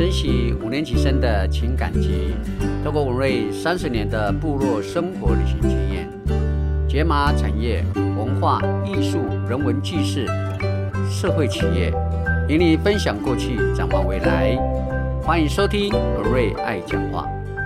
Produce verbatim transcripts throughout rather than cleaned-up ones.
珍惜五年级生的情感集，透过文瑞三十年的部落生活旅行经验，解码产业、文化、艺术、人文纪事、社会企业，与你分享过去，展望未来。欢迎收听文瑞爱讲话。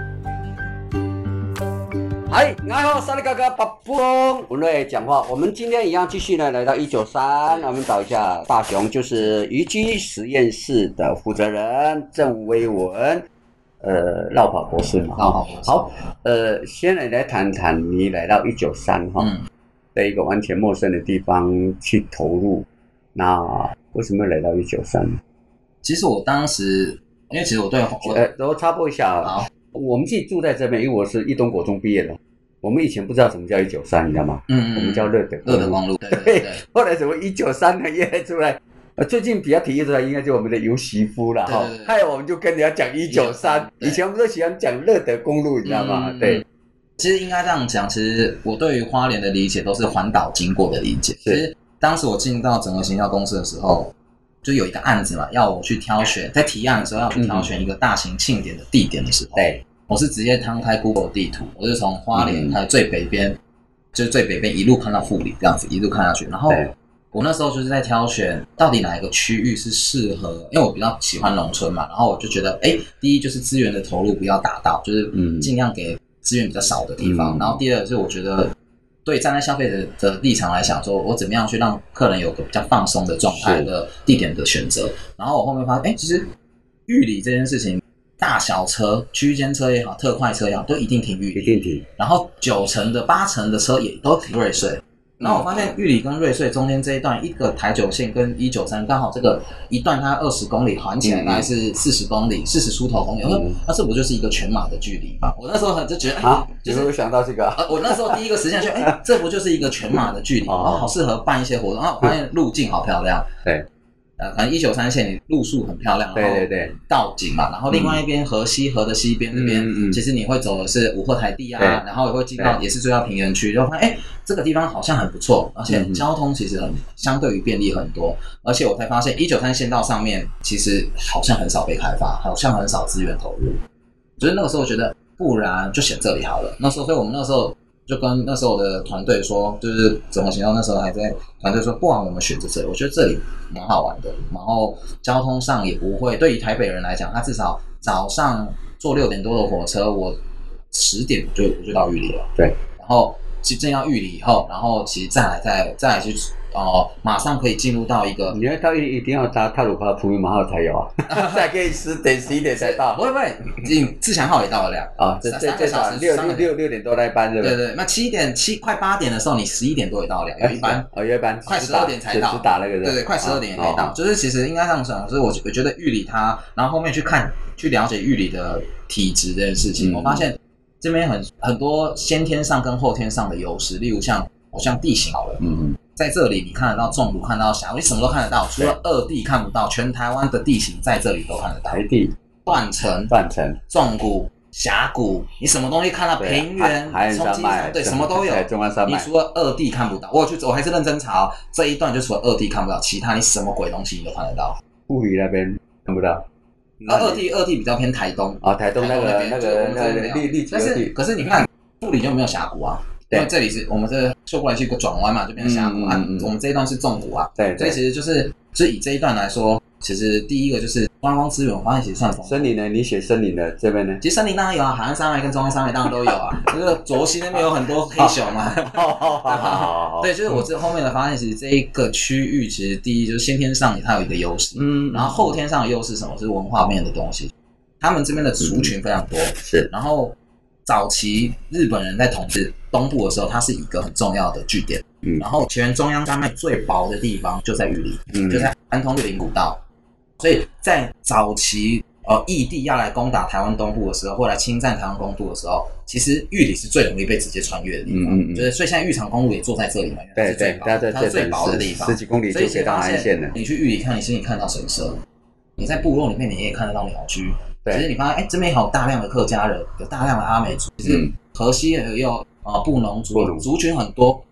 嗨，你好，沙利哥哥，巴布隆，文瑞讲话。我们今天一样继续呢，来到一九三，我们找一下大雄，就是渔基实验室的负责人郑威文，呃，绕跑博士嘛。 绕跑博士。 好，呃，先来来谈谈你来到一九三哈，在一个完全陌生的地方去投入，那为什么来到一九三？ 其实我当时，因为其实我对我呃，然后插播一下，好，我们自己住在这边，因为我是义东国中毕业的。我们以前不知道什么叫一九三，你知道吗？ 嗯嗯， 我们叫乐德乐德光路，对对对。 后来什么一九三呢也出来，呃，最近比较体验出来，应该就我们的尤媳妇了哈。还有我们就跟人家讲一九三，以前我们都喜欢讲乐德公路，你知道吗？嗯、对。 其实应该这样讲，其实我对于花莲的理解都是环岛经过的理解。其实当时我进到整个行销公司的时候，就有一个案子嘛，要我去挑选，在提案的时候要去挑选一个大型庆典的地点的时候，对。我是直接摊开 Google 地图，我就从花莲它的最北边，嗯、就是最北边一路看到富里这样子，一路看下去。然后我那时候就是在挑选到底哪一个区域是适合，因为我比较喜欢农村嘛，然后我就觉得，哎，第一就是资源的投入不要达到，就是尽量给资源比较少的地方。嗯、然后第二是我觉得，对站在消费者的立场来想说，我怎么样去让客人有个比较放松的状态的地点的选择。然后我后面发现，哎，其实玉里这件事情。大小车、区间车也好，特快车也好，都一定停玉里， 一定停。 然后九成的、八成的车也都停瑞穗。然后我发现玉里跟瑞穗中间这一段，一个台九线跟一九三，刚好这个一段它二十公里，环起来大概是四十公里，四十出头公里。我说，那这不就是一个全马的距离吗？我那时候就觉得， 啊，就是有想到这个。 呃，我那时候第一个实现就，哎，这不就是一个全马的距离？哦，好适合办一些活动。然后我发现路径好漂亮。 对。 呃，反正一九三线你路数很漂亮， 对对对， 道景嘛，然后另外一边河西河的西边那边，嗯嗯、其实你会走的是五鹤台地啊，然后也会进到也是最到平原区，就发现哎，这个地方好像很不错，而且交通其实很相对于便利很多，而且我才发现一九三线道上面其实好像很少被开发，好像很少资源投入，就是那个时候我觉得不然就选这里好了，那时候所以我们那时候。就跟那时候我的团队说，就是整个行销那时候还在团队说，不然我们选择这里，我觉得这里蛮好玩的，然后交通上也不会，对于台北人来讲，他至少早上坐六点多的火车，我十点就我就到玉里了， 对，然后进到玉里以后，然后其实再来再再来去哦，马上可以进入到一个， 你要到一定要搭泰鲁帕普运马号才有啊，才可以十点十一点才到， 不会不会，你自强号也到得了啊，这这这小时六六六六点多那班对不对？对对，那七点七快八点的时候，你十一点多也到得了，有一班哦，有一班快十二点才到， 只打那个对对，快十二点也可以到，就是其实应该这样讲，就是我我觉得玉里它，然后后面去看去了解玉里的体质这件事情，我发现这边很很多先天上跟后天上的优势，例如像我像地形好了，嗯。在这里你看得到纵谷，看得到峡谷，你什么都看得到，除了二地看不到，全台湾的地形在这里都看得到。 台地、 断层、 断层、 纵谷、峡谷，你什么东西看到平原、 海岸山脉， 对，什么都有。 中央山脉， 你除了二地看不到，我有去，我还是认真查哦，这一段就除了二地看不到，其他你什么鬼东西你都看得到。 富里那边看不到。 啊，二地二地比较偏台东啊，台东那个那个那个立立但是可是你看富里就没有峡谷啊。因为这里是我们这秀过来是一个转弯嘛，就变成峡谷啊。嗯嗯嗯、我们这一段是纵谷啊， 对， 所以其实就是就以这一段来说，其实第一个就是观光资源，我发现其实算丰富。 森林呢？你写森林的这边呢？ 其实森林当然有啊，海岸山脉跟中央山脉当然都有啊。就是卓溪那边有很多黑熊嘛。对，就是我这后面的发现，其实这一个区域其实第一就是先天上它有一个优势，嗯，然后后天上的优势是什么？是文化面的东西。他们这边的族群非常多， 嗯、是， 然后。早期日本人在统治东部的时候，它是一个很重要的据点。嗯，然后全中央山脉最薄的地方就在玉里，嗯，就在安通六零古道。所以在早期呃义地要来攻打台湾东部的时候，或来侵占台湾东部的时候，其实玉里是最容易被直接穿越的地方。嗯嗯嗯，就是所以现在玉长公路也坐在这里嘛， 对对， 它是最薄的地方， 十几公里就可以到安线了。 你去玉里看，你其实你看到神社，你在部落里面你也看得到鸟居。其实你发现，哎，这边有大量的客家人，有大量的阿美族，其实河西也有呃布农族，族群很多，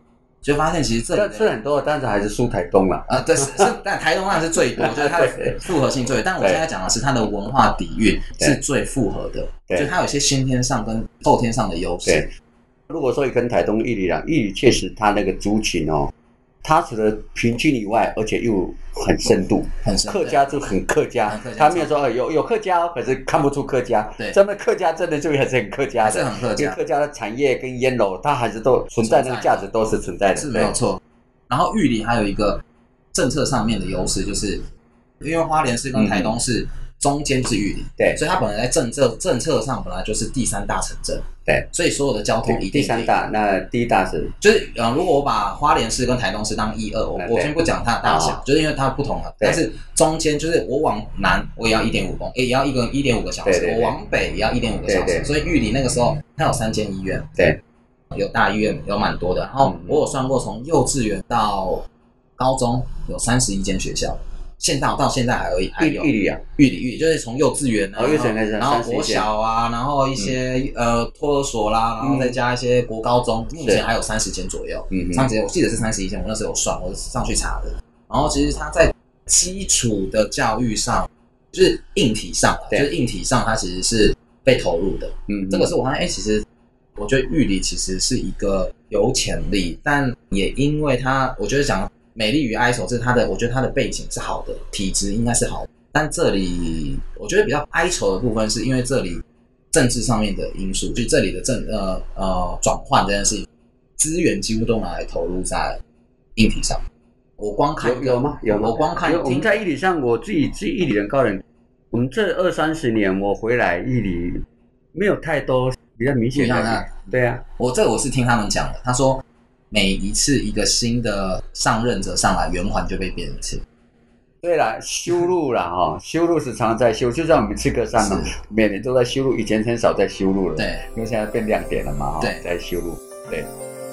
就发现其实这里吃很多，但是还是输台东了。 啊、呃，对，是是，但台东当然是最多，就是它的复合性最多。但我现在讲的是它的文化底蕴是最复合的，就它有些先天上跟后天上的优势。 如果说跟台东玉里讲，玉里确实它那个族群哦，它除了平均以外，而且又很深度， 很深。 客家就很客家，客家他没有说有有客家，可是看不出客家。 对， 咱们客家真的就还是很客家的， 是很客家。 因为客家的产业跟烟楼，它还是都存在，那个价值都是存在的， 是没有错。然后玉里还有一个政策上面的优势，就是因为花莲市跟台东市中间是玉里， 对， 所以它本来在政策政策上本来就是第三大城镇， 对， 所以所有的交通一定第三大，那第一大是就是呃，如果我把花莲市跟台东市当一二，我我先不讲它的大小，就是因为它不同了，但是中间就是我往南我也要一点五公，也要一个一点五个小时，我往北也要一点五个小时，所以玉里那个时候它有三间医院， 对。 有大医院，有蛮多的。然后我有算过，从幼稚园到高中有三十一间学校，现在到现在还有还有玉里啊， 玉里玉里就是从幼稚园， 哦，幼稚园开始， 然后国小啊，然后一些、嗯、呃托儿所啦，然后再加一些国高中，目前还有三十间左右。嗯，三十间我记得是三十一间，我那时候有算，我上去查的。然后其实它在基础的教育上，就是硬体上，就是硬体上它其实是被投入的。嗯，这个是我发现，哎、欸，其实。我觉得玉里其实是一个有潜力，但也因为它，我觉得讲美丽与哀愁是它的，我觉得它的背景是好的，体质应该是好的，但这里我觉得比较哀愁的部分是因为这里政治上面的因素，就这里的政呃呃转换这件事情，资源几乎都拿来投入在硬体上。我光看有有吗？有吗？ 我光看我们在玉里上，我自己是玉里人高人，我们这二三十年我回来玉里没有太多。比较明显的，对啊， 我这我是听他们讲的。他说，每一次一个新的上任者上来，圆环就被变一次。 对啦，修路啦哈、哦，修路是常常在修，就像我们七个山嘛，每年都在修路，以前很少在修路了， 对， 因为现在变亮点了嘛，对，在修路，对。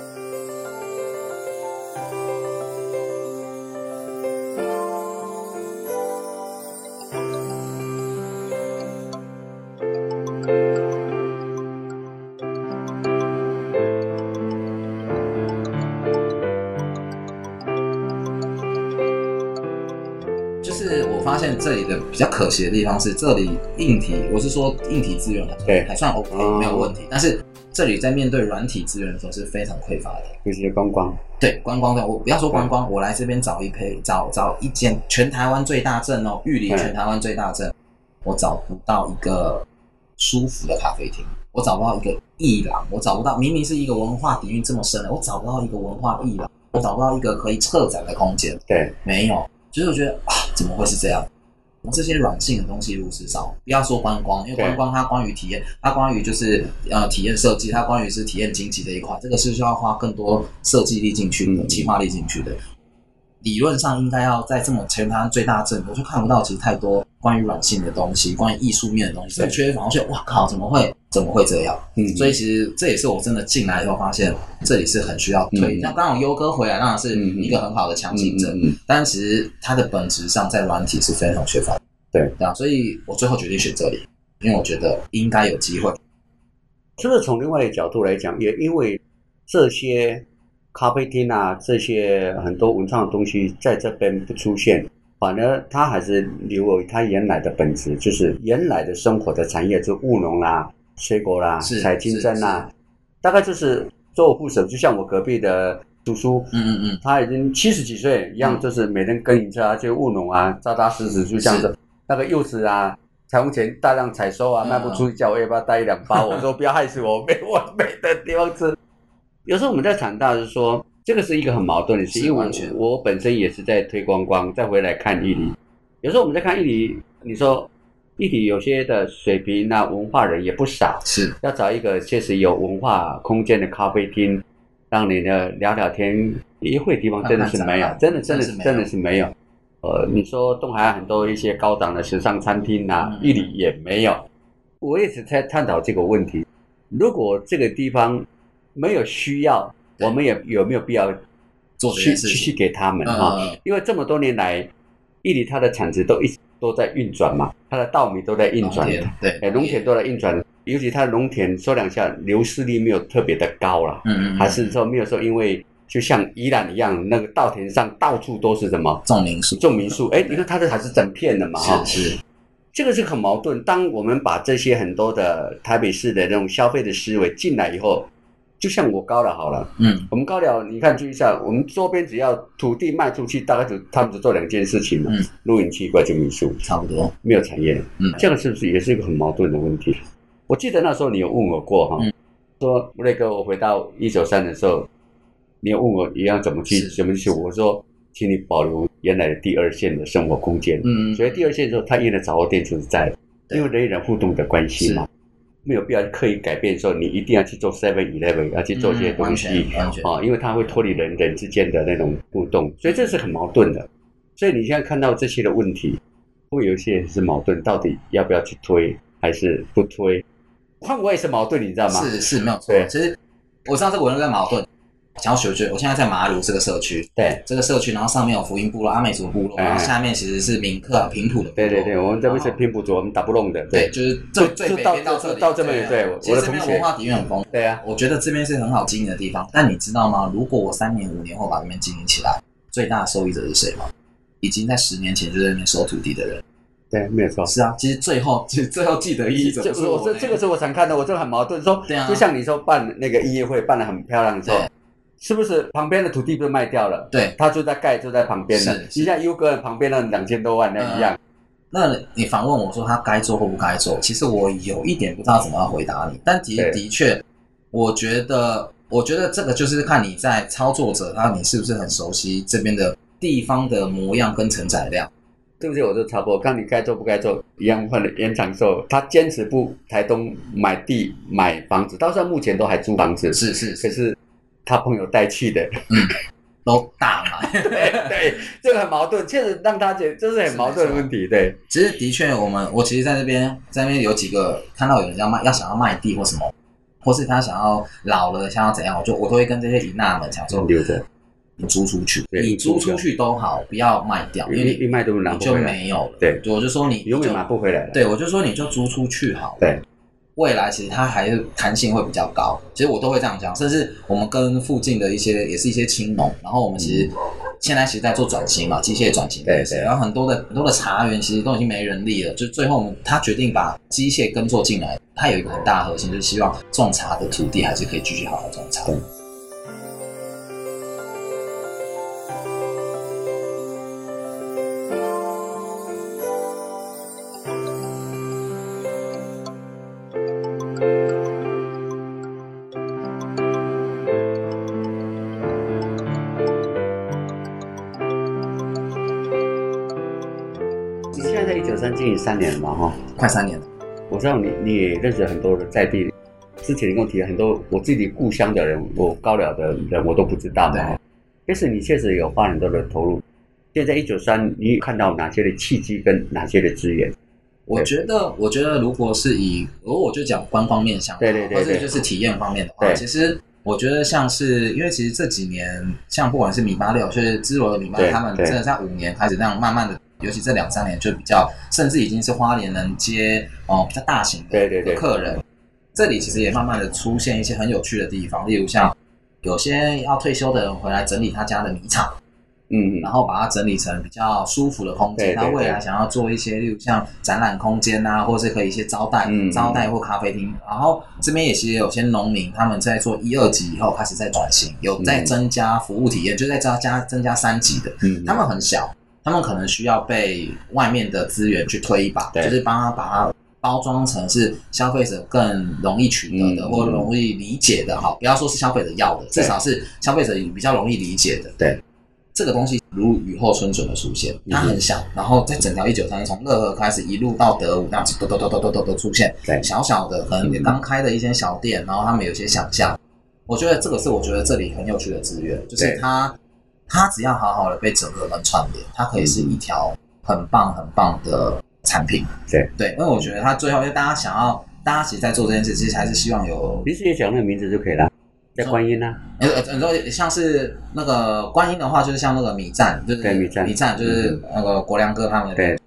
就是我发现这里的比较可惜的地方是，这里硬体，我是说硬体资源还还算 OK，、嗯、没有问题，但是这里在面对软体资源的时候是非常匮乏的， 就是观光。 对，观光的，我不要说观光，我来这边找一批，找找一间全台湾最大镇哦，玉里全台湾最大镇，我找不到一个舒服的咖啡厅，我找不到一个艺廊，我找不到，明明是一个文化底蕴这么深的，我找不到一个文化艺廊，我找不到一个可以策展的空间， 对， 没有。就是我觉得啊，怎么会是这样？这些软性的东西如此少，不要说观光，因为观光它关于体验，它关于就是呃体验设计，它关于是体验经济的一块，这个是需要花更多设计力进去的，企划力进去的。理论上应该要在这么全台湾最大镇，我就看不到其实太多关于软性的东西，关于艺术面的东西，缺乏。我觉得哇靠，怎么会怎么会这样？嗯，所以其实这也是我真的进来以后发现，这里是很需要推。那、嗯、刚好优哥回来，当然是一个很好的强竞争，嗯嗯嗯、但其实它的本质上在软体是非常缺乏的。 对， 对啊，所以我最后决定选这里，因为我觉得应该有机会。 这个从另外一个角度来讲，也因为这些咖啡厅啊，这些很多文创的东西在这边不出现，反而它还是留有它原来的本质，就是原来的生活的产业，就务农啦、水果啦、采金针啦，大概就是周而复始。就像我隔壁的叔叔，嗯嗯嗯，他已经七十几岁，一样就是每天耕耘着就务农啊，扎扎实实就这样子。那个柚子啊，采红前大量采收啊，卖不出去，叫我要不要带一两包？我说不要害死我，没完美的地方吃。有时候我们在谈到是说，这个是一个很矛盾的事，因为我本身也是在推观光，再回来看玉里。有时候我们在看玉里，你说玉里有些的水平啊，文化人也不少， 是要找一个确实有文化空间的咖啡厅，让你呢聊聊天、约会的地方真的是没有，真的真的真的是没有。呃，你说东海岸很多一些高档的时尚餐厅啊，玉里也没有。我也是在探讨这个问题，如果这个地方没有需要，我们也有没有必要做这件事情去给他们哈、嗯？因为这么多年来，玉里它的产值都一直都在运转嘛，它的稻米都在运转， 对， 农田都在运转，尤其它的农田收两下流失率没有特别的高啦，嗯嗯，还是说没有说因为就像宜兰一样，那个稻田上到处都是什么种民宿， 种民宿，哎，你看它这还是整片的嘛，哈， 是是， 这个是很矛盾。当我们把这些很多的台北市的那种消费的思维进来以后，就像我高寮好了， 嗯， 我们高寮，你看注意一下，我们周边只要土地卖出去，大概只他们只做两件事情嘛， 嗯， 露营区或者民宿， 差不多， 没有产业， 嗯， 这个是不是也是一个很矛盾的问题？我记得那时候你有问我过哈， 嗯， 说吴磊哥，我回到一九三的时候，你有问我一样怎么去怎么去，我说，请你保留原来的第二线的生活空间，嗯，所以第二线的时候，它原来杂货店就是在，因为人与人互动的关系嘛。没有必要刻意改变说你一定要去做 seven eleven 要去做这些东西啊、哦，因为它会脱离人人之间的那种互动，所以这是很矛盾的。所以你现在看到这些的问题，会有一些是矛盾，到底要不要去推还是不推？换我也是矛盾，你知道吗？ 是是没有错。其实我知道这个文在矛盾。想要学学，我现在在马鲁这个社区， 对这个社区，然后上面有福音部落、阿美族部落，然后下面其实是闽客、平埔的部落。 对对对，我们这边是平埔族，我们打不弄的。 对，就是最最北边到这里， 到这边对， 我的同学文化底蕴很丰富。 对啊， 我觉得这边是很好经营的地方。但你知道吗？如果我三年、五年后把这边经营起来，最大的受益者是谁吗？已经在十年前就在那边收土地的人。 对，没有错。 是啊，其实最后，其实最后既得利益者就是我。 这这个是我常看的，我就很矛盾，说，对啊，就像你说办那个音乐会办得很漂亮的时候。是不是旁边的土地被卖掉了？ 对， 他就在盖，就在旁边了。你像优哥旁边那两千多万那一样、 呃。那你反问我说他该做或不该做，其实我有一点不知道怎么样回答你。但的的确，我觉得，我觉得这个就是看你在操作者，他你是不是很熟悉这边的地方的模样跟承载量。 对不对？我就差不多，看你该做不该做一样。换了延长寿，他坚持不台东买地买房子，到现在目前都还租房子。 是是， 可是。他朋友带去的， 嗯，都大嘛， 对对，这个很矛盾，确实让他觉得这是很矛盾的问题，对。 其实的确，我们我其实在那边，在那边有几个看到有人要卖，要想要卖地或什么，或是他想要老了想要怎样，我就我都会跟这些姨娜们讲说， 留着， 你租出去，你租出去都好，不要卖掉，因为你一卖都拿不回来， 就没有了。 对， 我就说你永远拿不回来了。 对，我就说你就租出去好了。 对。 未来其实它还是弹性会比较高，其实我都会这样讲，甚至我们跟附近的一些也是一些青农，然后我们其实现在其实在做转型嘛，机械转型， 对对， 然后很多的很多的茶园其实都已经没人力了，就最后我们他决定把机械耕作进来，它有一个很大的核心，就是希望种茶的土地还是可以继续好好种茶。 对。经营三年了嘛，哈， 快三年了。 我知道你你也认识很多的在地，之前你跟我提了很多我自己故乡的人，我高寮的人我都不知道嘛。但是你确实有花很多的投入。现在一九三，你看到哪些的契机跟哪些的资源？ 我觉得，我觉得如果是以，如果我就讲观光面向， 对对对， 或者就是体验方面的话，其实我觉得像是，因为其实这几年，像不管是米八六，就是芝罗的米八六，他们真的在五年开始这样慢慢的。尤其这两三年就比较，甚至已经是花莲能接哦比较大型的客人，对对对，这里其实也慢慢的出现一些很有趣的地方，例如像有些要退休的人回来整理他家的米厂，嗯，然后把它整理成比较舒服的空间。他未来想要做一些，例如像展览空间啊，或是可以一些招待、嗯、招待或咖啡厅。然后这边也其实有些农民他们在做一二级以后开始在转型，有在增加服务体验，嗯、就在加加增加三级的，嗯，他们很小。他们可能需要被外面的资源去推一把，就是帮他把它包装成是消费者更容易取得的，嗯、或容易理解的，好，不要说是消费者要的，至少是消费者比较容易理解的。对，这个东西如雨后春笋的出现，它很小，然后在整条一九三从乐和开始一路到德武，那样子，都都都都都都都出现，小小的可能也刚开的一些小店，然后他们有些想象，我觉得这个是我觉得这里很有趣的资源，就是它。它只要好好的被整合跟串联，它可以是一条很棒很棒的产品。对对，因为我觉得它最后，因为大家想要，大家其实在做这件事，其实还是希望有。 你直接讲那个名字就可以了，叫观音啊。 呃呃，你说像是那个观音的话，就是像那个米站，就是米站， 米站就是那个国良哥他们。 对。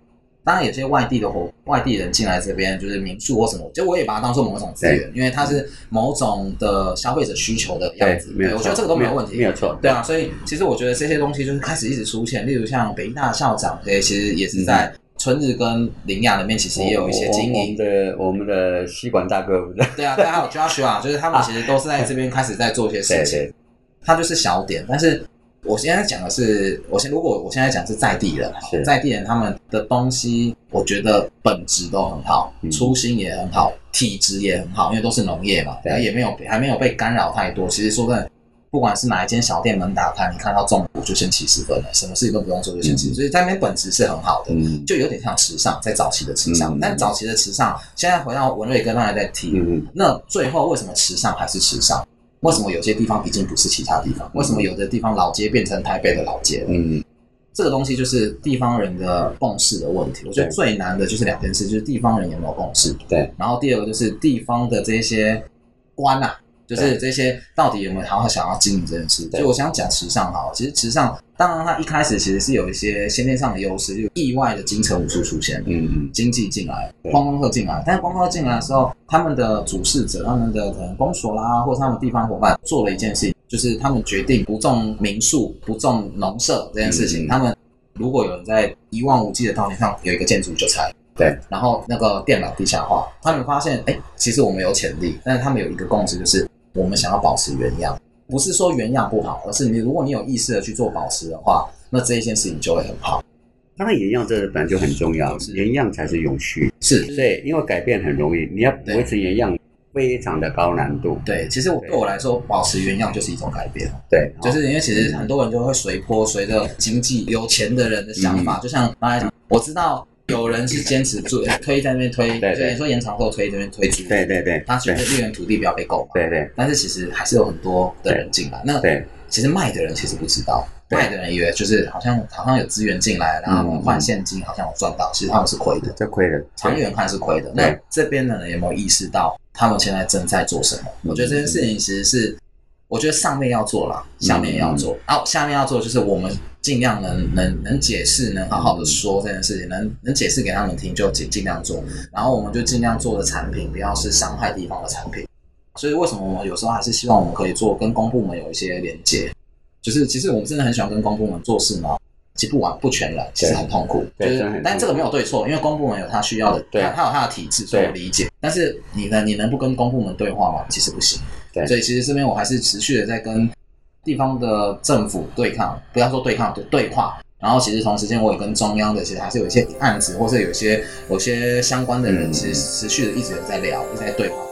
当然有些外地的活外地人进来这边，就是民宿或什么，就我也把它当做某种资源，因为它是某种的消费者需求的样子。对，我觉得这个都没有问题， 没有错。 对啊，所以其实我觉得这些东西就是开始一直出现，例如像北医大的校长，对，其实也是在春日跟林雅那边，其实也有一些经营。 我们的我们的吸管大哥， 对啊，对，还有 Joshua， 就是他们其实都是在这边开始在做一些事情。它就是小点，但是我现在讲的是，我先如果我现在讲是在地人，在地人他们的东西，我觉得本质都很好，嗯、初心也很好，体质也很好，因为都是农业嘛，也没有还没有被干扰太多。其实说真的，不管是哪一间小店门打开，你看到中午就先七十分了，什么事情都不用做就先七十分，所以在那边本质是很好的，嗯、就有点像时尚，在早期的时尚。嗯、但早期的时尚，现在回到文瑞跟刚才在提，嗯、那最后为什么时尚还是时尚？为什么有些地方已经不是其他地方？为什么有的地方老街变成台北的老街了？嗯，这个东西就是地方人的共识的问题。我觉得最难的就是两件事，就是地方人有没有共识。对，然后第二个就是地方的这些官啊，就是这些到底有没有好好想要经营这件事。所以我想讲池上好了，其实池上当然它一开始其实是有一些先天上的优势，就意外的金城武术出现，嗯嗯，经济进来，观光客进来，但是观光客进来的时候，他们的主事者，他们的可能公所啦，或者他们地方伙伴做了一件事情，就是他们决定不种民宿，不种农舍这件事情。嗯、他们如果有人在一望无际的稻田上有一个建筑就拆，对，然后那个电缆地下化，他们发现，哎，其实我们有潜力，但是他们有一个共识，就是我们想要保持原样。不是说原样不好，而是你如果你有意识的去做保持的话，那这一件事情就会很好。 当然，原样这本来就很重要，原样才是永续。是，对，因为改变很容易，你要维持原样非常的高难度。 对，其实我对我来说，保持原样就是一种改变。对，就是因为其实很多人就会随波，随着经济有钱的人的想法，嗯、就像刚才讲，我知道。有人是坚持住推在那边推，对对，说延长后推这边推租， 对对对， 他觉得利源土地不要被购买， 对对， 但是其实还是有很多的人进来，那对，其实卖的人其实不知道，卖的人以为就是好像好像有资源进来，然后换现金好像有赚到，其实他们是亏的， 这亏的， 长远看是亏的。那这边的人有没有意识到他们现在正在做什么？我觉得这件事情其实是。我觉得上面要做啦，下面也要做。然后、嗯啊、下面要做就是我们尽量能能能解释，能好好的说这件事情，能能解释给他们听就尽尽量做。然后我们就尽量做的产品不要是伤害地方的产品。所以为什么我们有时候还是希望我们可以做跟公部门有一些连接？就是其实我们真的很喜欢跟公部门做事嘛。其实不完不全然，其实很痛苦，就是，但这个没有对错，因为公部门有他需要的，他他有他的体制，所以我理解。但是你呢，你能不跟公部门对话吗？其实不行。对，所以其实这边我还是持续的在跟地方的政府对抗，不要说对抗，对对话。然后其实同时间我也跟中央的，其实还是有一些案子，或是有一些有些相关的人，其实持续的一直有在聊，一直在对话。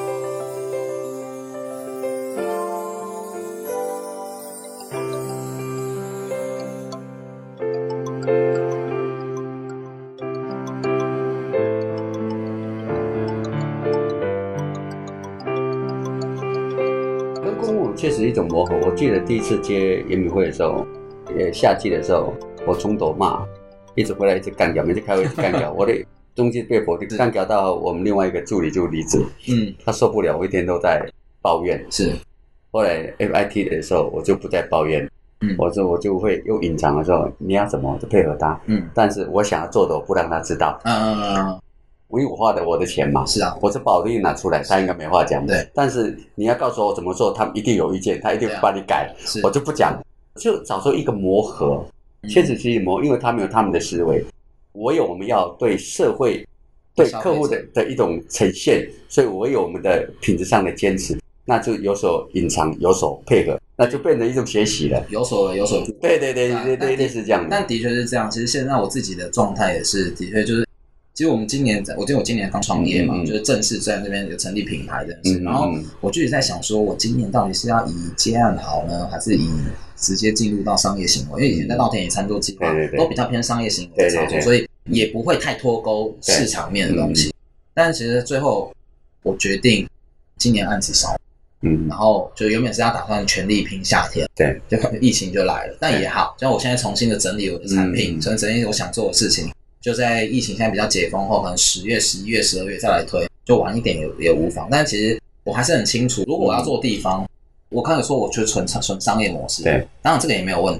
确实一种磨合。我记得第一次接研米会的时候，呃，夏季的时候，我从头骂，一直回来一直干掉，每次开会一直干掉，我的中间被否定，干掉到我们另外一个助理就离职，嗯，他受不了，我一天都在抱怨。是，后来 F I T 的时候，我就不再抱怨，嗯，我说我就会又隐藏的时候，你要怎么就配合他，嗯，但是我想要做的，我不让他知道，嗯嗯嗯。因为我花的我的钱嘛，是啊，我是把我的拿出来，他应该没话讲。对，但是你要告诉我怎么做，他们一定有意见，他一定会帮你改，啊、我就不讲，就找出一个磨合，确实是磨，因为他们有他们的思维，唯有我们要对社会、对客户的的一种呈现，所以唯有我们的品质上的坚持，那就有所隐藏，有所配合，那就变成一种学习了， 有所有所对对对对对，类似这样的。 但的确是这样，其实现在我自己的状态也是，的确就是。其实我们今年，我记得我今年刚创业嘛，嗯嗯、就是正式在这边有成立品牌的事、嗯嗯。然后我就一直在想说，我今年到底是要以接案好呢，还是以直接进入到商业行为？因为以前在稻田野餐做计划，都比较偏商业行为的操作，所以也不会太脱钩市场面的东西。但是其实最后我决定今年案子少，嗯，然后就原本是要打算全力拼夏天，对，就疫情就来了，但也好，像我现在重新的整理我的产品，整、嗯、整理我想做的事情。就在疫情现在比较解封后，可能十月、十一月、十二月再来推，就晚一点也也无妨。但其实我还是很清楚，如果我要做地方，我刚才说我就是纯纯商业模式，对，当然这个也没有问题。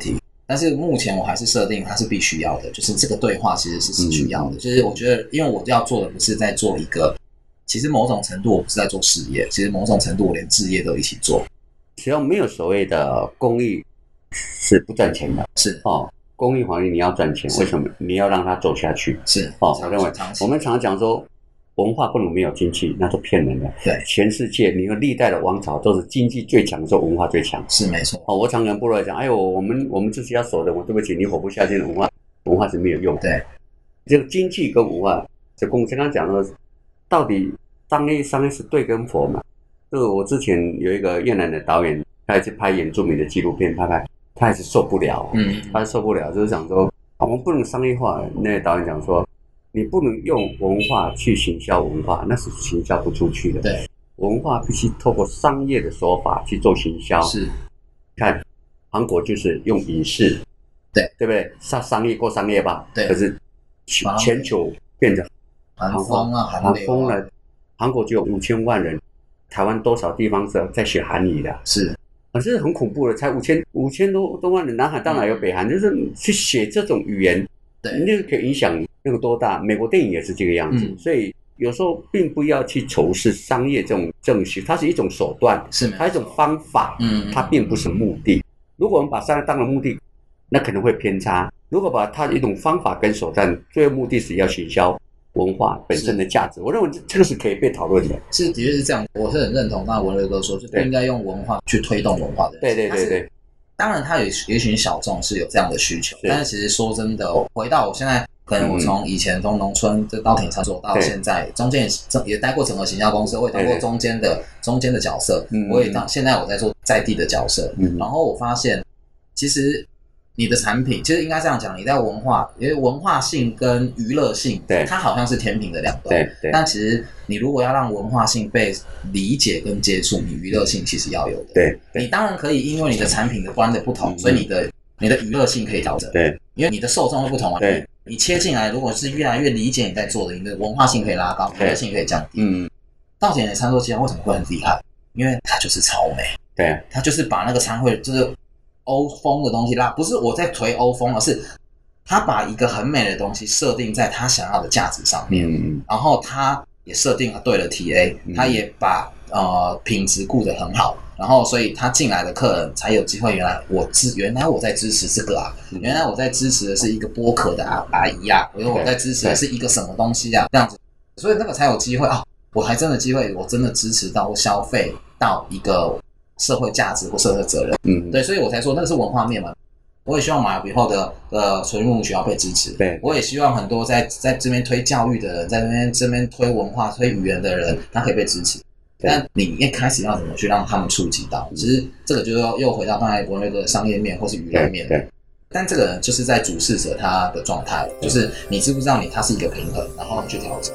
但是目前我还是设定它是必须要的，就是这个对话其实是是需要的。嗯、就是我觉得，因为我要做的不是在做一个，其实某种程度我不是在做事业，其实某种程度我连置业都一起做。 只要没有所谓的公益是不赚钱的， 是哦。公益行业你要赚钱，为什么？你要让它走下去。 是哦，我认为我们常常讲说，文化不能没有经济，那是骗人的。 对， 全世界你看历代的王朝都是经济最强的时候，文化最强。 是没错。 哦，我常跟部落讲，哎呦，我们我们自己要守的，我对不起，你活不下去的文化，文化是没有用的。 对， 这个经济跟文化，就公刚刚讲的，到底商业商业是对跟否嘛？这个我之前有一个越南的导演，他也去拍原住民的纪录片，拍拍。他还是受不了，嗯，他受不了，就是讲说，我们不能商业化。那个导演讲说，你不能用文化去行销文化，那是行销不出去的。 对， 文化必须透过商业的手法去做行销。 是， 看韩国就是用影视， 对， 对不对？商商业过商业吧， 对。 可是全球变得韩风啊， 韩风了，韩国只有五千万人，台湾多少地方是在学韩语的？ 是。 可是很恐怖的，才五千五千多多万人，南海当然有北韩，嗯、就是去写这种语言， 对， 那个可以影响那个多大？美国电影也是这个样子，嗯、所以有时候并不要去仇视商业这种正序，它是一种手段， 是它一种方法，嗯，它并不是目的。如果我们把商业当成目的，那可能会偏差；如果把它一种方法跟手段，最后目的是要行销文化本身的价值，我认为这个是可以被讨论的。 是，的确是这样，我是很认同。刚才文瑞哥说，就不应该用文化去推动文化的。 对对对对。 当然，他有有一群小众是有这样的需求，但是其实说真的，回到我现在，可能我从以前从农村这稻田上做到现在，中间也也待过整个行销公司，我也当过中间的中间的角色，我也当现在我在做在地的角色。然后我发现，其实。你的产品其实应该这样讲，你在文化，因为文化性跟娱乐性， 对， 它好像是天平的两端。 对对。 但其实你如果要让文化性被理解跟接触，你娱乐性其实要有的。 对。 你当然可以因为你的产品的观的不同，嗯、所以你的你的娱乐性可以调整。 对。 因为你的受众会不同嘛。 对。 你切进来，如果是越来越理解你在做的，你的文化性可以拉高，娱乐性可以降低。嗯。稻田的餐桌鸡蛋为什么会很厉害？因为它就是超美。 对。 它就是把那个餐会就是。欧风的东西拉，不是我在推欧风，而是他把一个很美的东西设定在他想要的价值上面，嗯、然后他也设定了对了 T A，、嗯、他也把呃品质顾得很好，然后所以他进来的客人才有机会，原来我支原来我在支持这个啊，嗯、原来我在支持的是一个剥壳的阿阿姨啊，因为我在支持的是一个什么东西啊，这样子，所以那个才有机会啊，我还真的机会，我真的支持到消费到一个。社会价值或社会责任，嗯，对，所以我才说那个是文化面嘛。我也希望马尔以后的呃纯育学校被支持， 对， 我也希望很多在在这边推教育的人，在这边这边推文化、推语言的人，他可以被支持。但你一开始要怎么去让他们触及到？其实这个就是又回到刚才文瑞哥的商业面或是娱乐面， 对。 但这个人就是在主事者他的状态，就是你知不知道你他是一个平衡，然后你去调整。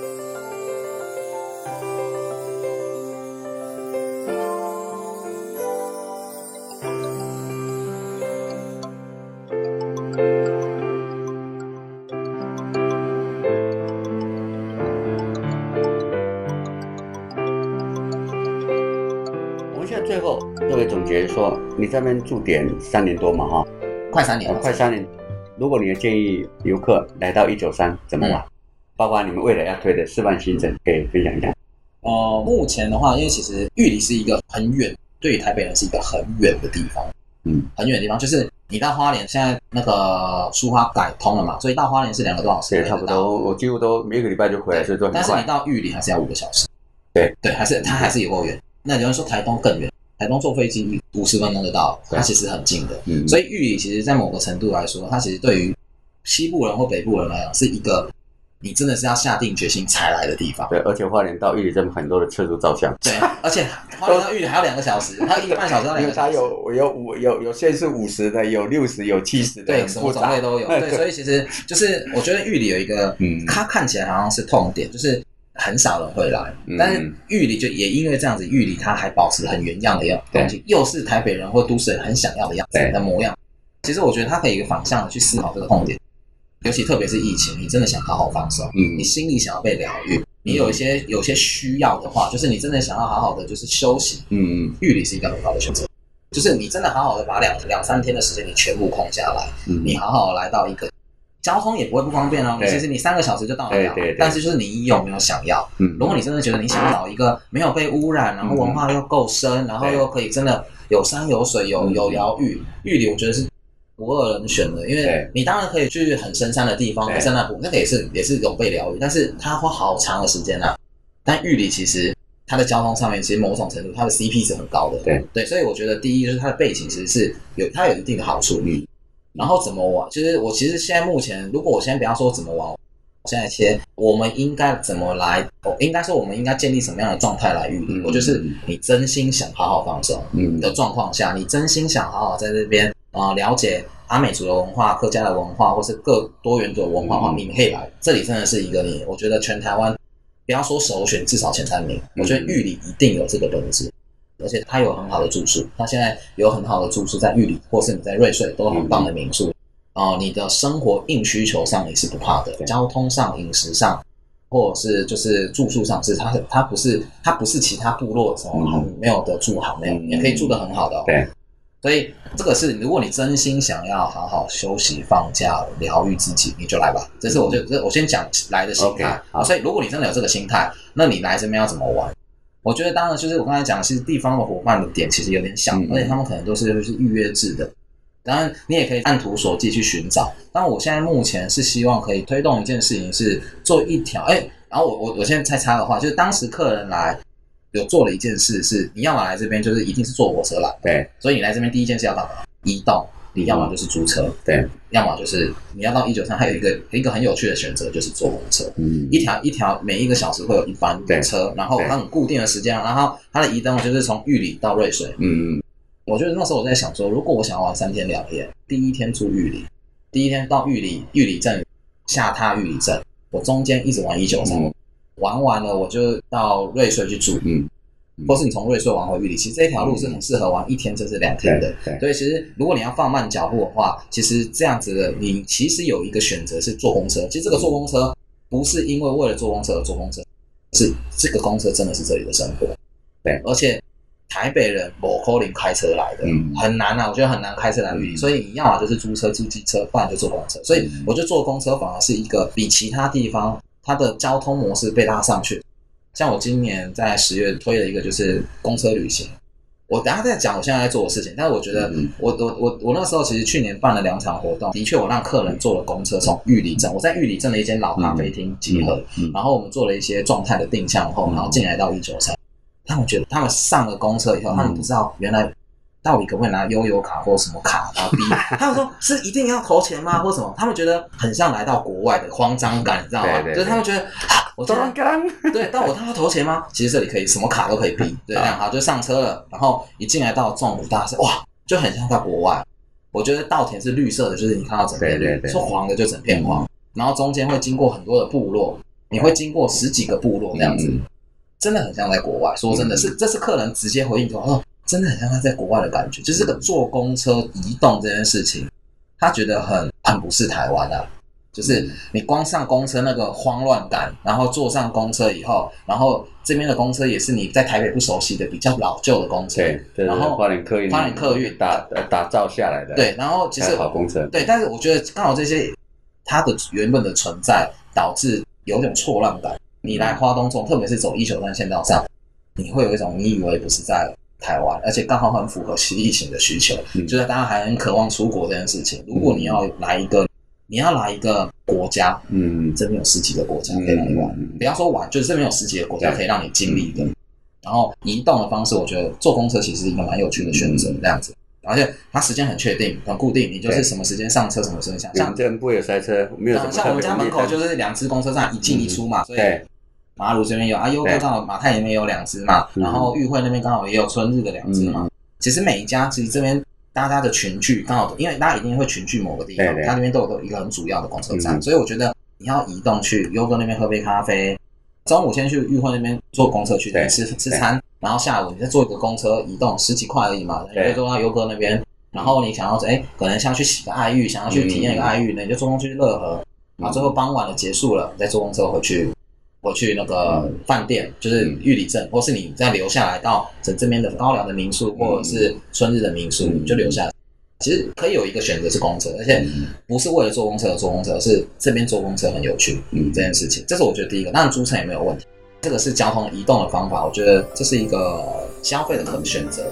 最后各位总结说，你在那边驻点三年多嘛，哈， 快三年了、 哦，快三年。如果你的建议游客来到一九三怎么玩，嗯、包括你们未来要推的示范行程，可以分享一下。 呃，目前的话，因为其实玉里是一个很远，对于台北人是一个很远的地方，嗯，很远的地方，就是你到花莲，现在那个苏花改通了嘛，所以到花莲是两个多小时， 对，差不多，我几乎都每个礼拜就回来，所以都很快。 但是你到玉里还是要五个小时， 对对，还是它还是有够远。那有人说台东更远。台东坐飞机五十分钟就到，它其实很近的，嗯、所以玉里其实在某个程度来说，它其实对于西部人或北部人来讲，是一个你真的是要下定决心才来的地方。 对，而且花莲到玉里这么很多的车主照相。 对，而且花莲到玉里还要两个小时，还有一个半小时到两个小时。 因为它有有五有有线是五十的，有六十，有七十的， 对，什么种类都有。对，所以其实就是我觉得玉里有一个，嗯，它看起来好像是痛点，就是很少人会来，嗯、但是玉里就也因为这样子，玉里它还保持很原样的样东西，又是台北人或都市人很想要的样子的模样。其实我觉得它可以一个反向的去思考这个痛点，尤其特别是疫情，你真的想好好放松，嗯、你心里想要被疗愈，你有一些有一些需要的话，就是你真的想要好好的就是休息，嗯嗯，玉里是一个很好的选择。 就是你真的好好的把两两三天的时间你全部空下来，嗯、你好好来到一个交通也不会不方便哦。其实你三个小时就到了，但是就是你有没有想要？嗯，如果你真的觉得你想找一个没有被污染，然后文化又够深，然后又可以真的有山有水有有疗愈，玉里我觉得是不二人选的，因为你当然可以去很深山的地方，山那湖那个也是也是有被疗愈，但是它花好长的时间啊。但玉里其实它的交通上面，其实某种程度它的 C P 是很高的，对对，所以我觉得第一就是它的背景其实是有它有一定的好处，嗯，然后怎么玩，其实我其实现在目前，如果我先不要说怎么玩，我现在切我们应该怎么来，哦，应该说我们应该建立什么样的状态来玉里，嗯，我就是你真心想好好放松的状况下，你真心想好好在这边啊、呃、了解阿美族的文化、客家的文化，或是各多元的文化的话，你们可以来这里，真的是一个你，我觉得全台湾不要说首选，至少前三名，我觉得玉里一定有这个本质，而且它有很好的住宿，它现在有很好的住宿在玉里，或是你在瑞穗都很棒的民宿，呃，你的生活硬需求上你是不怕的，交通上、饮食上，或者是就是住宿上是它它不是它不是其他部落什么很没有的住好，没有也可以住得很好的，哦，对。所以这个是，如果你真心想要好好休息、放假、疗愈自己，你就来吧。这是我就我先讲来的心态。Okay, 所以如果你真的有这个心态，那你来这边要怎么玩？我觉得当然就是我刚才讲的，其实地方的伙伴的点其实有点小，嗯，而且他们可能都是就是预约制的。当然你也可以按图索骥去寻找。但我现在目前是希望可以推动一件事情，是做一条，哎，然后我我我现在再插个话，就是当时客人来。有做了一件事是，你要么来这边就是一定是坐火车来，对，所以你来这边第一件事要干嘛？移动，你要么就是租车，对，要么就是你要到一九三，还有一个一个很有趣的选择就是坐火车，嗯，一条一条每一个小时会有一班的车，然后它很固定的时间，然后它的移动就是从玉里到瑞穗，嗯，我觉得那时候我在想说，如果我想要玩三天两夜，第一天住玉里，第一天到玉里玉里镇下榻玉里镇，我中间一直玩一九三。玩完了我就到瑞穗去住，嗯，或是你从瑞穗玩回玉里，其实这条路是很适合玩一天甚至两天的。所以其实如果你要放慢脚步的话，其实这样子的你其实有一个选择是坐公车。其实这个坐公车不是因为为了坐公车而坐公车，是这个公车真的是这里的生活。对，而且台北人不可能开车来的，嗯，很难啊，我觉得很难开车来玉里，所以你要么就是租车租机车，不然就坐公车。所以我觉得坐公车反而是一个比其他地方它的交通模式被拉上去，像我今年在十月推了一个就是公车旅行，我等一下再讲我现在在做的事情，但是我觉得我我我我那时候其实去年办了两场活动，的确我让客人坐了公车从玉里镇，我在玉里镇的一间老咖啡厅集合，嗯嗯嗯、然后我们做了一些状态的定向后，然后进来到一九三，他们觉得他们上了公车以后，他们不知道原来到底可不可以拿悠游卡或什么卡，然后逼他们说是一定要投钱吗，或什么？他们觉得很像来到国外的慌张感，你知道吗？对对对，就是他们觉得啊，我突然对，但我他要投钱吗？其实这里可以什么卡都可以逼，对，这样好就上车了，然后一进来到纵谷大社，哇，就很像在国外。我觉得稻田是绿色的，就是你看到整片绿；说黄的就整片黄，然后中间会经过很多的部落，你会经过十几个部落这样子，真的很像在国外。说真的是，这是客人直接回应说，哦。真的很像他在国外的感觉，就是这个坐公车移动这件事情，他觉得很很不是台湾啊。就是你光上公车那个慌乱感，然后坐上公车以后，然后这边的公车也是你在台北不熟悉的比较老旧的公车， 对，然后花莲客运花莲客运打打造下来的， 对，然后其实好公车， 对，但是我觉得刚好这些它的原本的存在导致有一种错乱感。你来花东纵，特别是走一九三县道上，你会有一种你以为不是在台湾，而且刚好很符合疫情的需求，嗯、就是大家还很渴望出国这件事情。如果你要来一个，你要来一个国家，嗯，这边有十几个国家可以让你玩，嗯、不要说玩，就是这边有十几个国家可以让你经历的。嗯、然后移动的方式，我觉得坐公车其实是一个蛮有趣的选择，这样子。而且它时间很确定、很固定，你就是什么时间上车，什么时间下。像这不会有塞车，没有什么。 像我们家门口就是两只公车站，一进一出嘛，嗯、所以。马鲁这边有啊，优哥刚好马太那边有两只嘛，然后玉会那边刚好也有春日的两只嘛。嗯、其实每一家其实这边大家的群聚刚好，因为大家一定会群聚某个地方，它那边都有一个很主要的公车站，嗯、所以我觉得你要移动去优哥那边喝杯咖啡，中午先去玉会那边坐公车去吃吃餐，然后下午你再坐一个公车移动十几块而已嘛，你就坐到优哥那边，然后你想要哎可能想要去洗个爱玉，想要去体验一个爱玉，那你就坐公车去乐和，然后最后傍晚了结束了，你再坐公车回去。 我去那个饭店，就是玉里镇，或是你再留下来到这这边的高寮的民宿，或者是春日的民宿，你就留下来。其实可以有一个选择是公车，而且不是为了坐公车而坐公车，是这边坐公车很有趣，嗯，这件事情，这是我觉得第一个。当然租车也没有问题，这个是交通移动的方法，我觉得这是一个消费的可选择。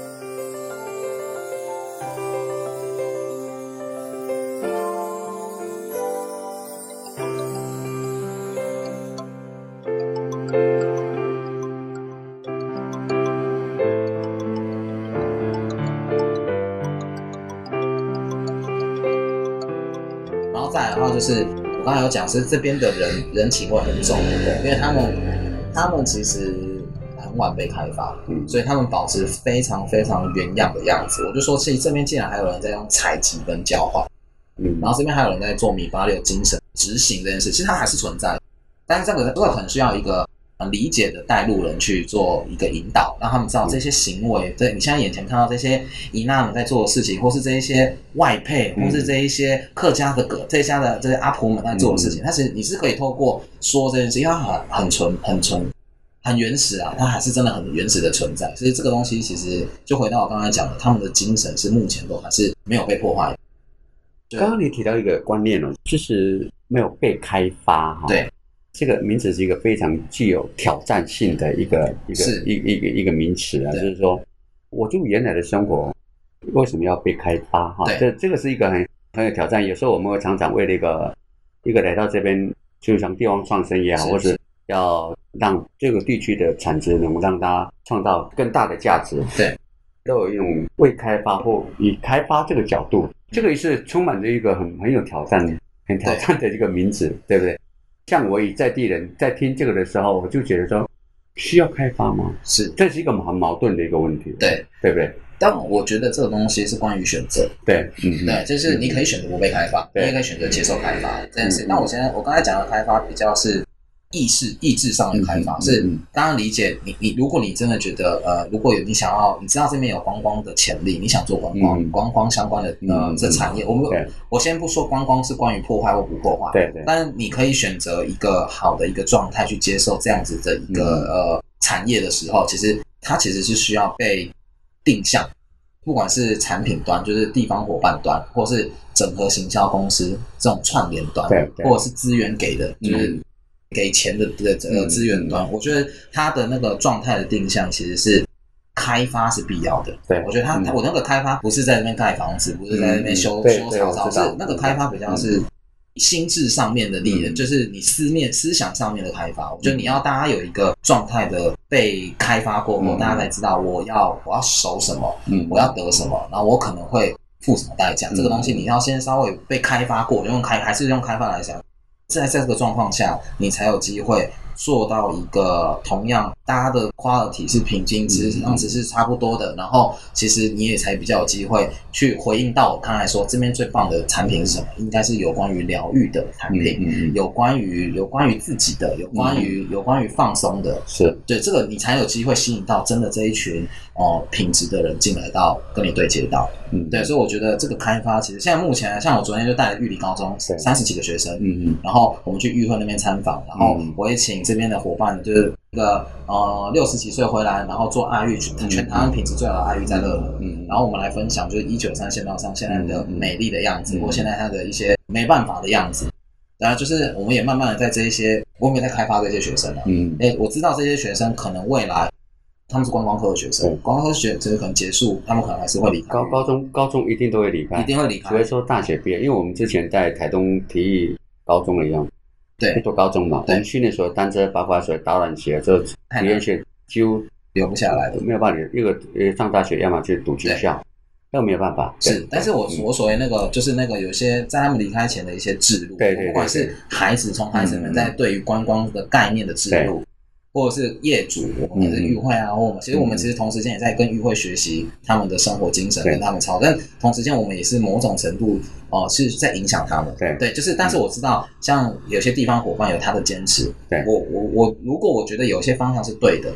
然后就是我刚才有讲，是这边的人人情味很重，对，因为他们他们其实很晚被开发，嗯，所以他们保持非常非常原样的样子。我就说，其实这边竟然还有人在用采集跟交换，嗯，然后这边还有人在做米八六精神执行这件事，其实它还是存在的，但是这个这个很需要一个很理解的带路人去做一个引导，让他们知道这些行为，对你现在眼前看到这些姨妈们在做的事情，或是这一些外配，或是这一些客家的哥，这一家的这些阿婆们在做的事情，但是你是可以透过说这件事，因为它很很纯、很纯、很原始啊，它还是真的很原始的存在。所以这个东西其实就回到我刚才讲的，他们的精神是目前都还是没有被破坏的。 刚刚你提到一个观念哦，就是没有被开发哈。 对。 这个名词是一个非常具有挑战性的一个一个一一个一个名词啊，就是说，我就原来的生活为什么要被开发哈？这这个是一个很很有挑战。有时候我们会常常为了一个一个来到这边，就像地方创生也好，或是要让这个地区的产值能让它创造更大的价值， 对， 都有一种未开发或以开发这个角度，这个也是充满着一个很很有挑战、很挑战的一个名字，对不对？像我以在地人在听这个的时候，我就觉得说，需要开发吗？ 是， 这是一个很矛盾的一个问题， 对， 对不对？ 但我觉得这个东西是关于选择， 对， 嗯，对，就是你可以选择不被开发，你也可以选择接受开发这件事。那我现在我刚才讲的开发比较是意识意志上的开发，是刚刚理解你你如果你真的觉得呃，如果有你想要，你知道这边有观光的潜力，你想做观光、嗯、观光相关的呃这产业，我们我先不说观光是关于破坏或不破坏， 对对， 但是你可以选择一个好的一个状态去接受这样子的一个、嗯、呃产业的时候，其实它其实是需要被定向，不管是产品端，就是地方伙伴端，或是整合行销公司这种串联端， 对对， 或者是资源给的，就是。嗯给钱的的资源端、嗯，我觉得它的那个状态的定向其实是开发是必要的。 对， 我觉得它、嗯、我那个开发不是在那边盖房子，不是在那边修、嗯、修草草，是那个开发比较是心智上面的力量、嗯，就是你思面思想上面的开发。我觉得你要大家有一个状态的被开发过后，嗯、大家才知道我要我要守什么、嗯，我要得什么，然后我可能会付什么代价、嗯。这个东西你要先稍微被开发过，用开还是用开发来想。在在这个状况下，你才有机会做到一个同样大家的 quality 是平均值，上值是差不多的，然后其实你也才比较有机会去回应到我刚才说这边最棒的产品是什么，应该是有关于疗愈的产品，嗯嗯、有关于有关于自己的，有关于、嗯、有关于放松的， 是对这个你才有机会吸引到真的这一群哦、呃、品质的人进来到跟你对接到，嗯，对，所以我觉得这个开发其实现在目前像我昨天就带了玉里高中三十几个学生，嗯嗯，然后我们去玉会那边参访，然后我也请这边的伙伴，就是一个呃六十几岁回来，然后做爱育，全台湾品质最好的爱育在乐和，嗯，然后我们来分享就是一九三线道上现在的美丽的样子，或现在它的一些没办法的样子。然后就是我们也慢慢的在这一些，我们也在开发这些学生啊，嗯，诶，我知道这些学生可能未来。他们是观光科的学生，观光科学就是可能结束，他们可能还是会离开。 高高中高中一定都会离开， 一定会离开。 除非说大学毕业，因为我们之前在台东体育高中一样， 对， 做高中嘛，我们训练所有单车，包括所有导览学，就体验学几乎留不下来的， 没有办法。一个呃上大学，要么去读军校，那没有办法。 是，但是我我所谓那个就是那个有些在他们离开前的一些制度， 对 对, 对， 不管是孩子从孩子们在对于观光的概念的制度。或者是业主，我们是与会啊，或我们其实我们其实同时间也在跟与会学习他们的生活精神，跟他们操，但同时间我们也是某种程度哦、呃、是在影响他们， 对对，就是但是我知道，像有些地方伙伴有他的坚持， 对， 我我我如果我觉得有些方向是对的，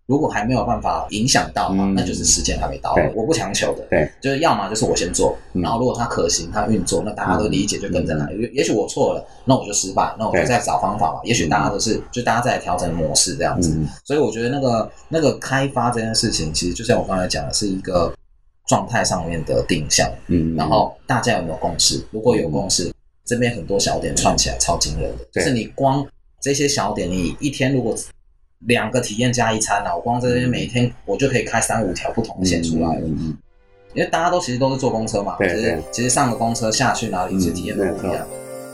如果还没有办法影响到嘛，嗯、那就是时间还没到。我不强求的， 对， 就是要么就是我先做，嗯、然后如果它可行，它运作，那大家都理解就跟着来。嗯、也许我错了，那我就失败，那我就再找方法嘛。也许大家都是，就大家再来调整模式这样子。嗯、所以我觉得那个那个开发这件事情，其实就像我刚才讲的，是一个状态上面的定向。嗯，然后大家有没有共识？如果有共识，嗯、这边很多小点串起来超惊人的，就是你光这些小点，你一天如果两个体验加一餐啊，我光这边每天我就可以开三五条不同的线出来了。嗯嗯、因为大家都其实都是坐公车嘛， 对对，其实其实上个公车下去哪里，其实体验都不一样。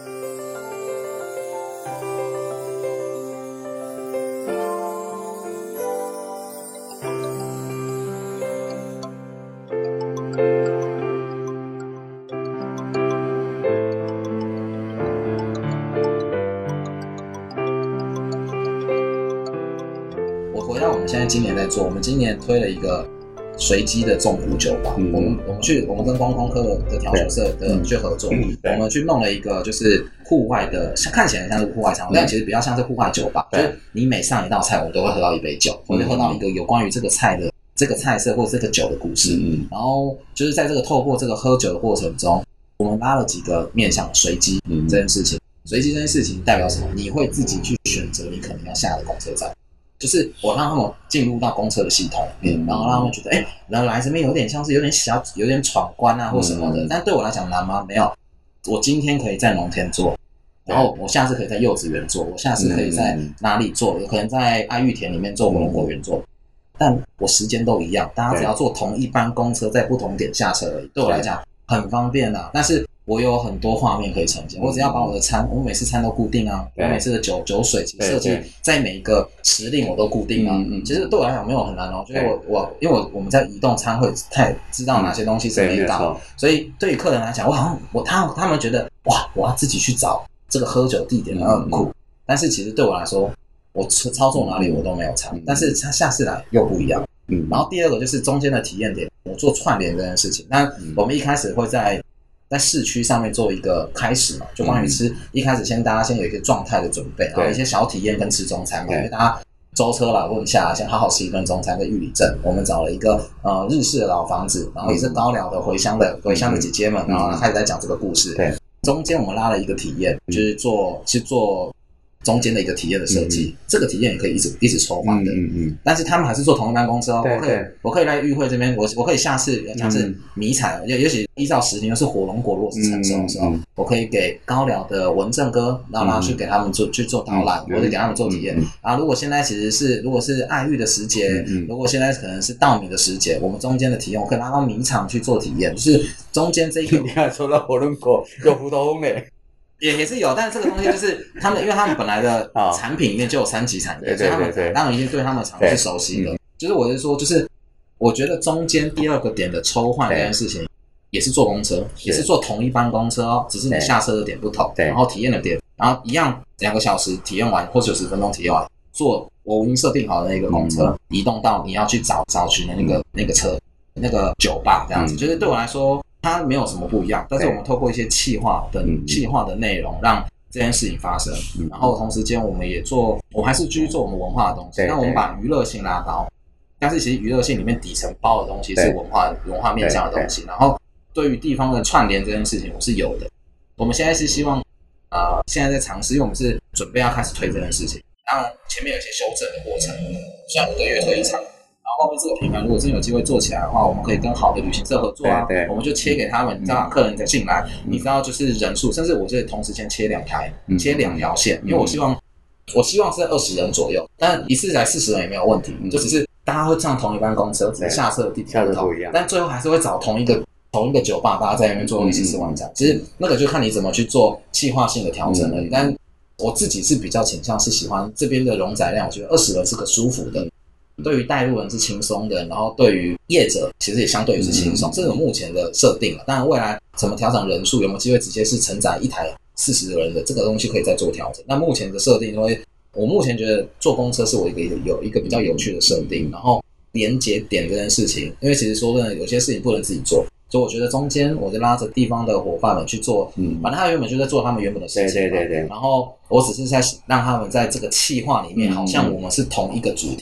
现在今年在做，我们今年推了一个随机的纵谷酒吧。嗯、我们我们去，我们跟观光科的的调酒社的去合作，嗯、我们去弄了一个就是户外的，看起来像是户外场所，但其实比较像是户外酒吧。就是你每上一道菜，我们都会喝到一杯酒，或者喝到一个有关于这个菜的这个菜色或者这个酒的故事。嗯、然后就是在这个透过这个喝酒的过程中，我们拉了几个面向随机这件事情。随机这件事情代表什么？你会自己去选择你可能要下的公车站。就是我让他们进入到公车的系统里面，然后让他们觉得，哎、欸，然后来这边有点像是有点小、有点闯关啊或什么的。嗯、但对我来讲难吗？没有。我今天可以在农田做，然后我下次可以在幼稚园做，我下次可以在哪里做？有可能在爱玉田里面做，火龙果园做。但我时间都一样，大家只要坐同一班公车，在不同点下车而已。对我来讲很方便啊。但是我有很多画面可以呈现，我只要把我的餐，我每次餐都固定啊，我每次的酒酒水设计在每一个时令我都固定啊。其实对我来讲没有很难哦，就是我我因为我我们在移动餐会太知道哪些东西是没到，所以对于客人来讲，我好像我他他们觉得哇，我要自己去找这个喝酒地点，然后很酷。但是其实对我来说，我操作哪里我都没有差，但是他下次来又不一样。嗯，然后第二个就是中间的体验点，我做串联这件事情。那我们一开始会在。在市区上面做一个开始嘛，就关于吃，嗯、一开始先大家先有一个状态的准备，然后一些小体验跟吃中餐嘛，因为大家舟车劳顿下来，先好好吃一顿中餐。在玉里镇，我们找了一个呃日式的老房子，然后也是高寮的回乡的回乡的姐姐们，然后开始在讲这个故事。对，中间我们拉了一个体验，就是做去做。中间的一个体验的设计，嗯、这个体验也可以一直一直抽换的，嗯嗯嗯、但是他们还是坐同一班公车哦。我可以我可以来玉会这边，我我可以下次像是迷彩，嗯、也许依照时间，就是火龙果如果是成熟的时候，嗯嗯、我可以给高寮的文正哥，让他去给他们做、嗯、去做导览，嗯、或者给他们做体验。嗯、啊，如果现在其实是如果是爱玉的时节，嗯、如果现在可能是稻米的时节，我们中间的体验，我可以拉到米场去做体验，就是中间这一个。 你看说到火龙果有胡同诶。 也也是有，但是这个东西就是他们，因为他们本来的产品里面就有三级产业，所以他们当然已经对他们厂是熟悉的。嗯、就是我是说，就是我觉得中间第二个点的抽换这件事情，也是坐公车，也是坐同一班公车哦，只是你下车的点不同，然后体验的点，然后一样两个小时体验完或九十分钟体验完，坐我已经设定好的那个公车，嗯、移动到你要去找找寻的那个那个车那个酒吧这样子，嗯、就是对我来说。它没有什么不一样，但是我们透过一些企划的企划的内容，让这件事情发生。嗯、然后同时间，我们也做，我们还是继续做我们文化的东西。那我们把娱乐性拉高，但是其实娱乐性里面底层包的东西是文化文化面向的东西。然后对于地方的串联这件事情，我是有的。我们现在是希望，呃，现在在尝试，因为我们是准备要开始推这件事情。当然前面有一些修正的过程，像五个月推一场。后面这个品牌如果真的有机会做起来的话，我们可以跟好的旅行社合作啊，我们就切给他们，你知道客人再进来，嗯、你知道就是人数，甚至我就同时先切两台，嗯、切两条线，因为我希望，我希望是二十人左右，但一次来四十人也没有问题，嗯、就只是大家会上同一班公车，只是下车的地点不同，但最后还是会找同一个同一个酒吧，大家在那边做一起吃晚餐。嗯、其实那个就看你怎么去做企划性的调整而已。嗯、但我自己是比较倾向是喜欢这边的容载量，我觉得二十人是个舒服的。对于带路人是轻松的，然后对于业者其实也相对于是轻松，嗯、这是目前的设定了。当然未来怎么调整人数，有没有机会直接是承载一台四十个人的这个东西可以再做调整。那目前的设定，因为我目前觉得坐公车是我一个有一个比较有趣的设定，然后连结点这件事情，因为其实说真的，有些事情不能自己做。所以我觉得中间我就拉着地方的伙伴们去做，嗯，反正他原本就在做他们原本的事情， 对对对对。 然后我只是在让他们在这个企划里面，好像我们是同一个主题。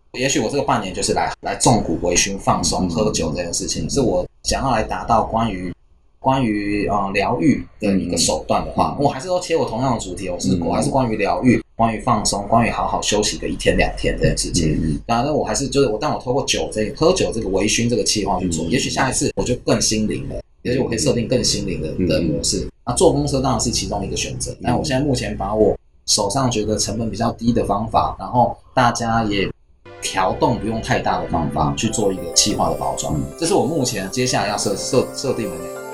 也许我这个半年就是来来纵谷微醺、放松、喝酒这件事情，是我想要来达到关于关于呃疗愈的一个手段的话，我还是都切我同样的主题，我是我还是关于疗愈、关于放松、关于好好休息个一天两天这件事情。当然，我还是就是我，但我透过酒这喝酒这个微醺这个企划去做，也许下一次我就更心灵了，也许我可以设定更心灵的的模式。那坐公车当然是其中一个选择，但我现在目前把我手上觉得成本比较低的方法，然后大家也调动不用太大的方法去做一个企划的包装，这是我目前接下来要设设设定的内容。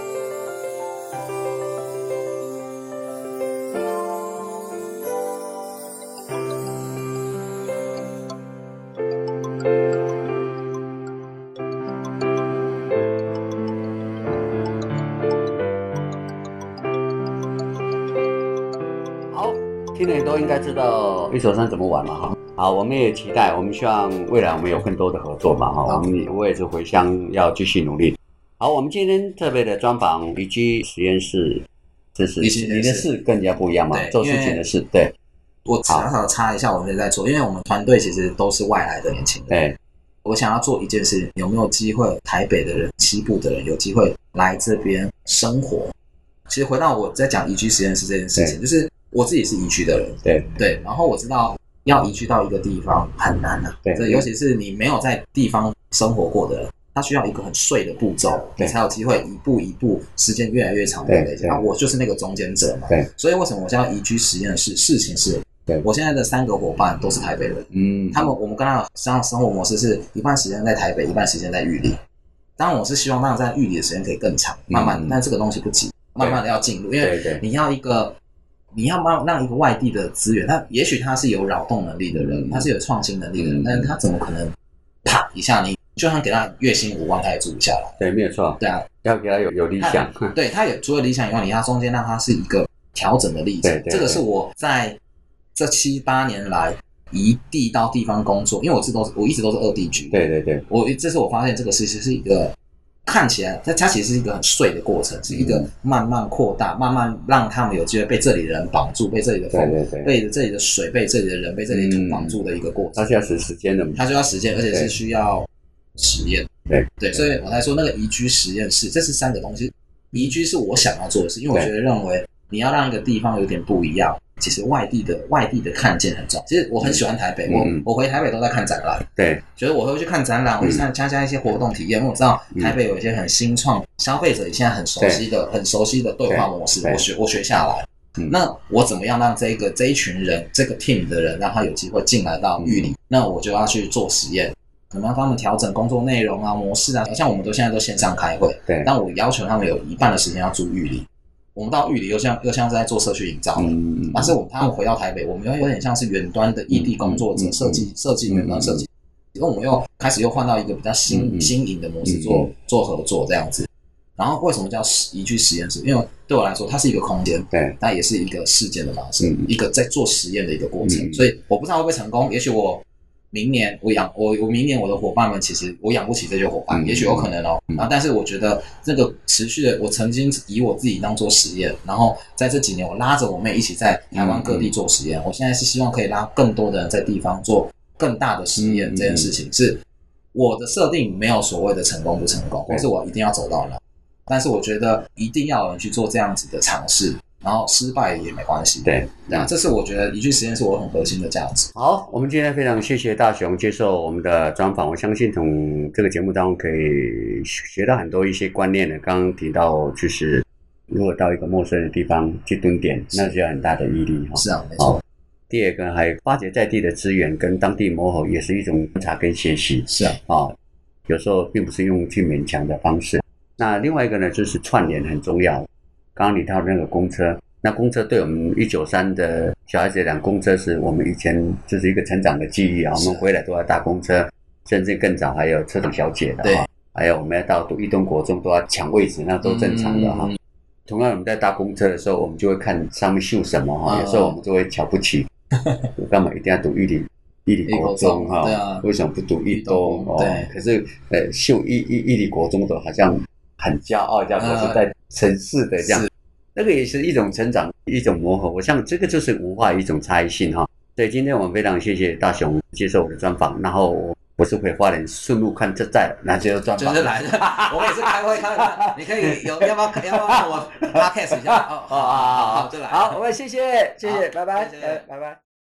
听人都应该知道一手山怎么玩嘛哈。好，我们也期待，我们希望未来我们有更多的合作嘛哈。我们我也是回乡要继续努力。好，我们今天特别的专访宜居实验室，这是你的事更加不一样嘛，做事情的事。对， 我小小插一下，我们在做，因为我们团队其实都是外来的年轻人。 对， 我想要做一件事，有没有机会台北的人、西部的人有机会来这边生活？其实回到我在讲宜居实验室这件事情，就是我自己是宜居的人， 对对，然后我知道要移居到一个地方很难啊，对，尤其是你没有在地方生活过的人，他需要一个很碎的步骤，你才有机会一步一步，时间越来越长的累积。我就是那个中间者嘛， 对， 所以为什么我现在宜居实验室？事情是， 对， 我现在的三个伙伴都是台北人，嗯，他们我们跟他的生活模式是一半时间在台北，一半时间在玉里。当然，我是希望让在玉里的时间可以更长，慢慢的，但这个东西不急，慢慢的要进入，因为你要一个。你要让一个外地的资源，他也许他是有扰动能力的人，他是有创新能力的人，但是他怎么可能啪一下你就算给他月薪五万，他也住不下来。 对，没有错。 对啊， 要给他有有理想。 对，他也除了理想以外，你要中间让他是一个调整的历程。对对对，这个是我在这七八年来移地到地方工作，因为我是都是我一直都是二地居。 对对对， 我这是我发现这个事情是一个。看起来它它其实是一个很碎的过程，是一个慢慢扩大，慢慢让他们有机会被这里的人绑住，被这里的风，对对对，被这里的水，被这里的人，被这里的土绑住的一个过程。 它需要时时间的， 它需要时间，而且是需要实验。对对，所以我才说那个宜居实验室，这是三个东西。宜居是我想要做的事，因为我觉得认为你要让一个地方有点不一样。其实外地的外地的看见很重要。其实我很喜欢台北，嗯、我我回台北都在看展览， 对， 觉得我会去看展览，我去参加一些活动体验。因为我知道台北有一些很新创，消费者现在很熟悉的、很熟悉的对话模式，我学我学下来。嗯、那我怎么样让这个这一群人、这个 team 的人，让他有机会进来到玉里？嗯、那我就要去做实验，怎么样帮他们调整工作内容啊、模式啊？像我们都现在都线上开会，对，但我要求他们有一半的时间要住玉里。我们到玉里又像又像是在做社区营造，嗯，但是我们他们回到台北，我们又有点像是远端的异地工作者，设计设计远端设计，因为我们又开始又换到一个比较新新颖的模式做做合作这样子。然后为什么叫宜居实验室？因为对我来说，它是一个空间，对，它也是一个事件的方式，一个在做实验的一个过程。所以我不知道会不会成功，也许我。明年我养我我明年我的伙伴们其实我养不起这些伙伴，嗯、也许有可能哦。嗯、啊，但是我觉得这个持续的，我曾经以我自己当做实验，然后在这几年我拉着我妹一起在台湾各地做实验。嗯、我现在是希望可以拉更多的人在地方做更大的实验，这件事情是我的设定，没有所谓的成功不成功，或是我一定要走到哪。但是我觉得一定要有人去做这样子的尝试。然后失败也没关系，对，对啊，这是我觉得宜居实验是我很核心的价值。 好，我们今天非常谢谢大雄接受我们的专访，我相信从这个节目当中可以学到很多一些观念的。刚刚提到就是，如果到一个陌生的地方去蹲点，那就有很大的毅力哈。 是啊，没错。 第二个还发掘在地的资源，跟当地磨合，也是一种观察跟学习。 是啊， 啊，有时候并不是用去勉强的方式。那另外一个呢，就是串联很重要。刚刚你到那个公车，那公车对我们一九三的小孩子来讲，公车是我们以前就是一个成长的记忆啊。我们回来都要搭公车，甚至更早还有车长小姐的哈，还有我们要到一东国中都要抢位置，那都正常的哈。嗯、同样我们在搭公车的时候，我们就会看上面绣什么哈，有时候我们就会瞧不起，我干嘛一定要读玉里玉里国中哈？啊、为什么不读一东？哦，对，可是呃绣玉玉玉里国中的好像很骄傲，这样都是在城市的这样。那个也是一种成长，一种磨合。我想这个就是文化一种差异性哈。 所以今天我们非常谢谢大雄接受我的专访，然后我不是回花莲顺路看这在那就专访， 就是来的，我们也是开会开会，你可以有要不要要不要让我 podcast 一下？哦，好好好，就来。 好，我们谢谢谢谢，拜拜， 谢谢拜拜。